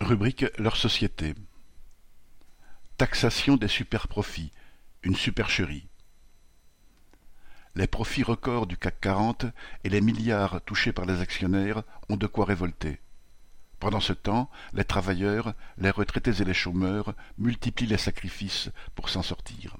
Rubrique Leur société. Taxation des superprofits, une supercherie. Les profits records du CAC 40 et les milliards touchés par les actionnaires ont de quoi révolter. Pendant ce temps, les travailleurs, les retraités et les chômeurs multiplient les sacrifices pour s'en sortir.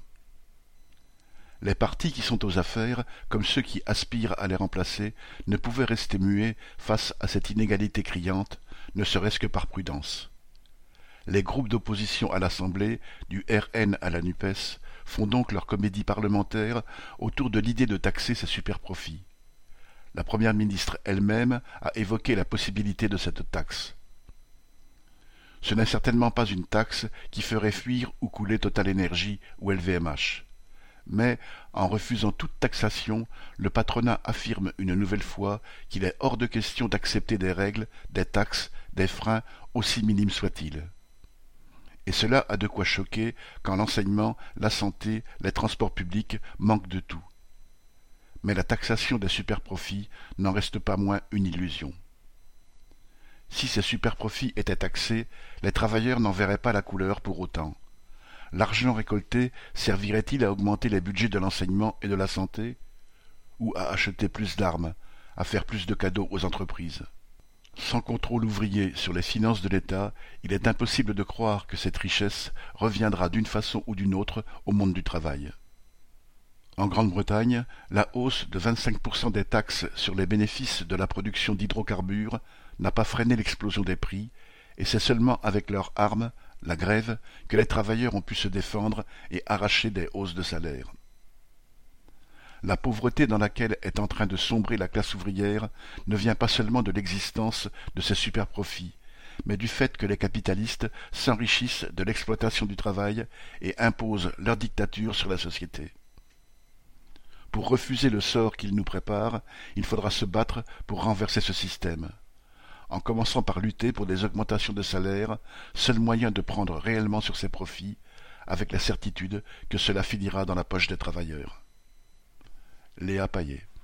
Les partis qui sont aux affaires, comme ceux qui aspirent à les remplacer, ne pouvaient rester muets face à cette inégalité criante, ne serait-ce que par prudence. Les groupes d'opposition à l'Assemblée, du RN à la NUPES, font donc leur comédie parlementaire autour de l'idée de taxer ces superprofits. La première ministre elle-même a évoqué la possibilité de cette taxe. Ce n'est certainement pas une taxe qui ferait fuir ou couler Total Energy ou LVMH. Mais, en refusant toute taxation, le patronat affirme une nouvelle fois qu'il est hors de question d'accepter des règles, des taxes, des freins, aussi minimes soient-ils. Et cela a de quoi choquer quand l'enseignement, la santé, les transports publics manquent de tout. Mais la taxation des superprofits n'en reste pas moins une illusion. Si ces superprofits étaient taxés, les travailleurs n'en verraient pas la couleur pour autant. L'argent récolté servirait-il à augmenter les budgets de l'enseignement et de la santé? Ou à acheter plus d'armes, à faire plus de cadeaux aux entreprises? Sans contrôle ouvrier sur les finances de l'État, il est impossible de croire que cette richesse reviendra d'une façon ou d'une autre au monde du travail. En Grande-Bretagne, la hausse de 25% des taxes sur les bénéfices de la production d'hydrocarbures n'a pas freiné l'explosion des prix, et c'est seulement avec leur arme, la grève, que les travailleurs ont pu se défendre et arracher des hausses de salaire. La pauvreté dans laquelle est en train de sombrer la classe ouvrière ne vient pas seulement de l'existence de ces superprofits, mais du fait que les capitalistes s'enrichissent de l'exploitation du travail et imposent leur dictature sur la société. Pour refuser le sort qu'ils nous préparent, il faudra se battre pour renverser ce système. En commençant par lutter pour des augmentations de salaire, seul moyen de prendre réellement sur ces profits, avec la certitude que cela finira dans la poche des travailleurs. Léa Payet.